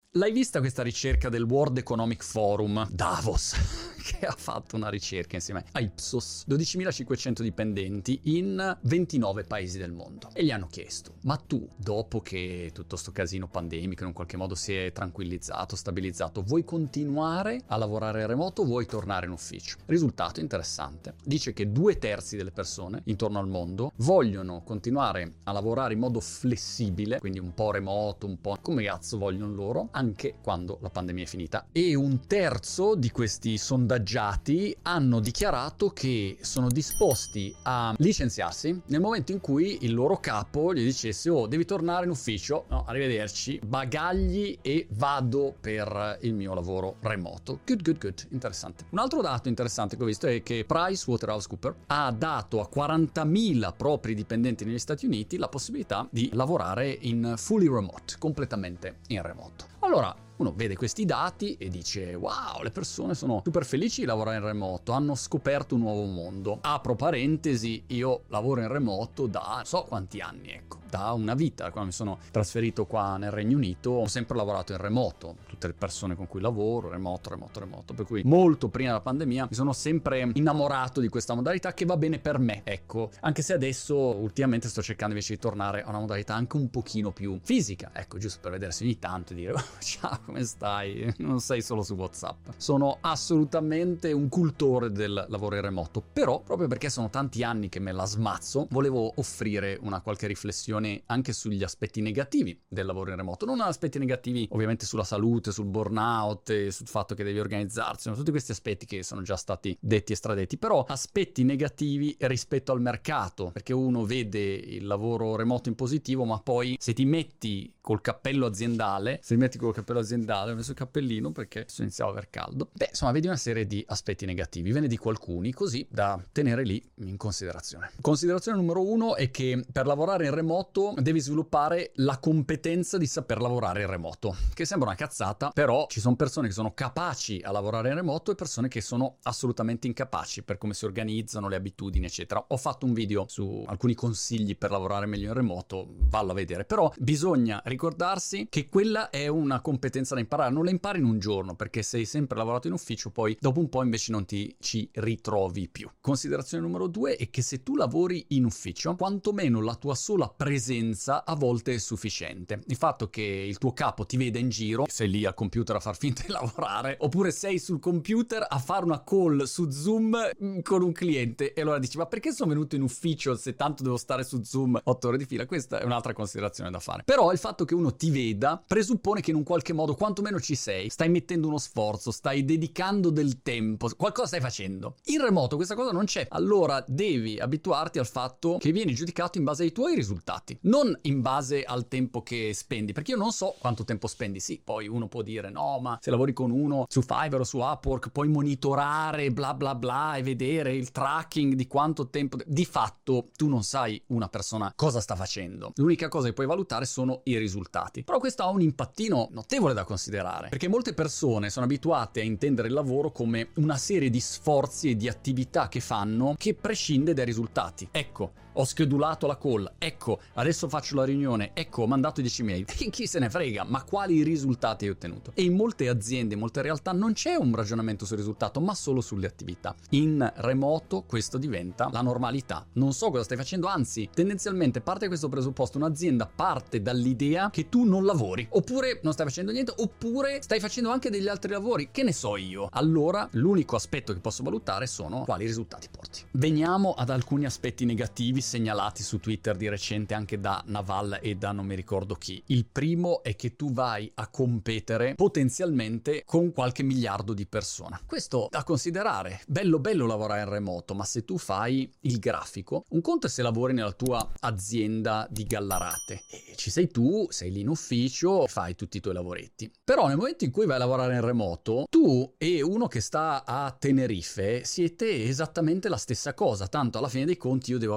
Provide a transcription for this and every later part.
L'hai vista questa ricerca del World Economic Forum, Davos, che ha fatto una ricerca insieme a Ipsos, 12.500 dipendenti in 29 paesi del mondo, e gli hanno chiesto: ma tu, dopo che tutto sto casino pandemico in un qualche modo si è tranquillizzato, stabilizzato, vuoi continuare a lavorare in remoto o vuoi tornare in ufficio? Risultato interessante: dice che 2/3 delle persone intorno al mondo vogliono continuare a lavorare in modo flessibile, quindi un po' remoto, un po' come cazzo vogliono loro, anche quando la pandemia è finita, e 1/3 di questi sondaggiati hanno dichiarato che sono disposti a licenziarsi nel momento in cui il loro capo gli dicesse: oh, devi tornare in ufficio, no, arrivederci, bagagli e vado per il mio lavoro remoto. Good, interessante. Un altro dato interessante che ho visto è che PricewaterhouseCoopers ha dato a 40.000 propri dipendenti negli Stati Uniti la possibilità di lavorare in fully remote, completamente in remoto. Allora, uno vede questi dati e dice: wow, le persone sono super felici di lavorare in remoto, hanno scoperto un nuovo mondo. Apro parentesi, io lavoro in remoto da non so quanti anni, ecco, da una vita. Quando mi sono trasferito qua nel Regno Unito ho sempre lavorato in remoto, tutte le persone con cui lavoro, remoto, per cui molto prima della pandemia mi sono sempre innamorato di questa modalità che va bene per me, ecco, anche se adesso ultimamente sto cercando invece di tornare a una modalità anche un pochino più fisica, ecco, giusto per vedersi ogni tanto e dire: oh, ciao, come stai? Non sei solo su WhatsApp. Sono assolutamente un cultore del lavoro in remoto, però proprio perché sono tanti anni che me la smazzo, volevo offrire una qualche riflessione anche sugli aspetti negativi del lavoro in remoto. Non aspetti negativi ovviamente sulla salute, sul burnout e sul fatto che devi organizzarsi, sono tutti questi aspetti che sono già stati detti e stradetti, però aspetti negativi rispetto al mercato, perché uno vede il lavoro remoto in positivo, ma poi se ti metti col cappello aziendale, ho messo il cappellino perché adesso iniziava a aver caldo, beh, insomma, vedi una serie di aspetti negativi, ve ne dico alcuni così da tenere lì in considerazione. Considerazione numero 1 è che per lavorare in remoto devi sviluppare la competenza di saper lavorare in remoto, che sembra una cazzata, però ci sono persone che sono capaci a lavorare in remoto e persone che sono assolutamente incapaci per come si organizzano, le abitudini, eccetera. Ho fatto un video su alcuni consigli per lavorare meglio in remoto, vallo a vedere, però bisogna ricordarsi che quella è una competenza da imparare, non la impari in un giorno perché sei sempre lavorato in ufficio, poi dopo un po' invece non ti ci ritrovi più. Considerazione numero 2 è che se tu lavori in ufficio, quantomeno la tua sola presenza a volte è sufficiente. Il fatto che il tuo capo ti veda in giro, sei lì al computer a far finta di lavorare, oppure sei sul computer a fare una call su Zoom con un cliente e allora dici: ma perché sono venuto in ufficio se tanto devo stare su Zoom 8 ore di fila? Questa è un'altra considerazione da fare. Però il fatto che uno ti veda presuppone che in un qualche modo quantomeno ci sei, stai mettendo uno sforzo, stai dedicando del tempo, qualcosa stai facendo. In remoto questa cosa non c'è, allora devi abituarti al fatto che vieni giudicato in base ai tuoi risultati, non in base al tempo che spendi, perché io non so quanto tempo spendi. Sì, poi uno può dire: no, ma se lavori con uno su Fiverr o su Upwork puoi monitorare bla bla bla e vedere il tracking di quanto tempo. Di fatto tu non sai una persona cosa sta facendo, l'unica cosa che puoi valutare sono i risultati. Però questo ha un impattino notevole da considerare, perché molte persone sono abituate a intendere il lavoro come una serie di sforzi e di attività che fanno che prescinde dai risultati. Ecco, ho schedulato la call, ecco, adesso faccio la riunione, ecco, ho mandato 10 mail. E chi se ne frega, ma quali risultati hai ottenuto? E in molte aziende, in molte realtà non c'è un ragionamento sul risultato, ma solo sulle attività. In remoto questo diventa la normalità. Non so cosa stai facendo, anzi, tendenzialmente parte da questo presupposto, un'azienda parte dall'idea che tu non lavori, oppure non stai facendo niente, oppure stai facendo anche degli altri lavori, che ne so io. Allora, l'unico aspetto che posso valutare sono quali risultati porti. Veniamo ad alcuni aspetti negativi segnalati su Twitter di recente anche da Naval e da non mi ricordo chi. Il primo è che tu vai a competere potenzialmente con qualche miliardo di persone. Questo da considerare. Bello lavorare in remoto, ma se tu fai il grafico, un conto è se lavori nella tua azienda di Gallarate e ci sei tu, sei lì in ufficio, fai tutti i tuoi lavoretti. Però nel momento in cui vai a lavorare in remoto, tu e uno che sta a Tenerife siete esattamente la stessa cosa, tanto alla fine dei conti io devo avere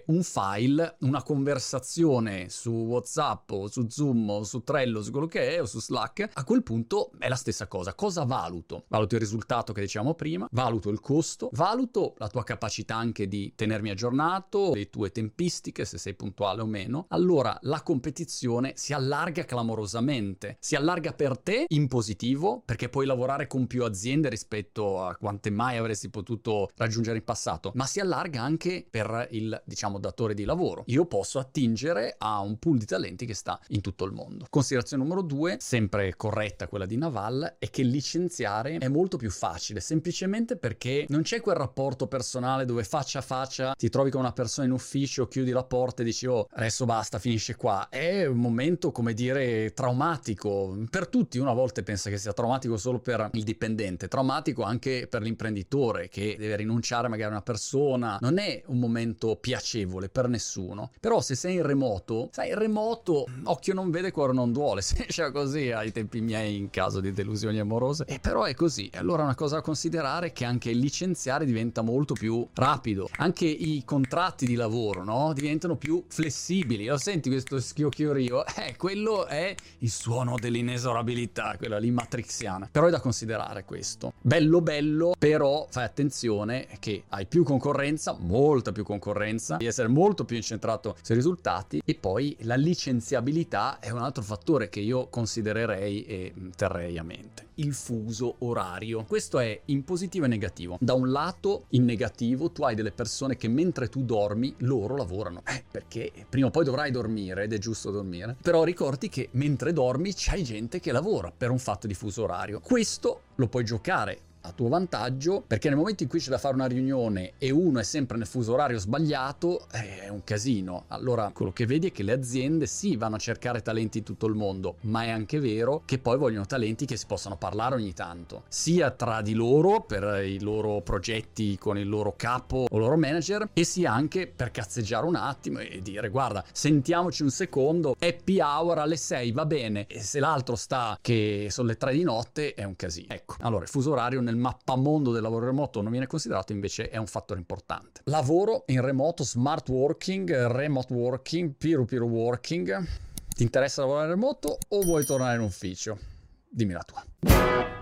un file, una conversazione su WhatsApp o su Zoom o su Trello, su quello che è, o su Slack, a quel punto è la stessa cosa. Cosa valuto? Valuto il risultato che dicevamo prima, valuto il costo, valuto la tua capacità anche di tenermi aggiornato, le tue tempistiche, se sei puntuale o meno. Allora la competizione si allarga clamorosamente, si allarga per te in positivo, perché puoi lavorare con più aziende rispetto a quante mai avresti potuto raggiungere in passato, ma si allarga anche per il, diciamo, datore di lavoro. Io posso attingere a un pool di talenti che sta in tutto il mondo. Considerazione numero 2, sempre corretta quella di Naval, è che licenziare è molto più facile, semplicemente perché non c'è quel rapporto personale dove faccia a faccia ti trovi con una persona in ufficio, chiudi la porta e dici oh adesso basta, finisce qua. È un momento, come dire, traumatico per tutti. Una volta pensa che sia traumatico solo per il dipendente, traumatico anche per l'imprenditore che deve rinunciare magari a una persona. Non è un momento piacevole per nessuno. Però se sei in remoto, sai, il remoto occhio non vede, cuore non duole, si diceva così ai tempi miei in caso di delusioni amorose, e però è così. Allora una cosa da considerare è che anche il licenziare diventa molto più rapido, anche i contratti di lavoro, no? Diventano più flessibili. Lo senti questo schiocchiorio? Quello è il suono dell'inesorabilità, quella lì matrixiana. Però è da considerare questo. Bello, però fai attenzione che hai più concorrenza, molta più concorrenza, devi essere molto più incentrato sui risultati, e poi la licenziabilità è un altro fattore che io considererei e terrei a mente. Il fuso orario. Questo è in positivo e negativo. Da un lato, in negativo, tu hai delle persone che mentre tu dormi, loro lavorano. Perché prima o poi dovrai dormire, ed è giusto dormire. Però ricordi che mentre dormi c'hai gente che lavora per un fatto di fuso orario. Questo lo puoi giocare a tuo vantaggio, perché nel momento in cui c'è da fare una riunione e uno è sempre nel fuso orario sbagliato, è un casino. Allora quello che vedi è che le aziende sì vanno a cercare talenti in tutto il mondo, ma è anche vero che poi vogliono talenti che si possano parlare ogni tanto, sia tra di loro per i loro progetti con il loro capo o loro manager, e sia anche per cazzeggiare un attimo e dire guarda, sentiamoci un secondo, happy hour alle 6 va bene, e se l'altro sta che sono le 3 di notte è un casino. Ecco, allora il fuso orario nel mappamondo del lavoro remoto non viene considerato, invece è un fattore importante. Lavoro in remoto, smart working, remote working, peer-to-peer working. Ti interessa lavorare in remoto o vuoi tornare in ufficio? Dimmi la tua.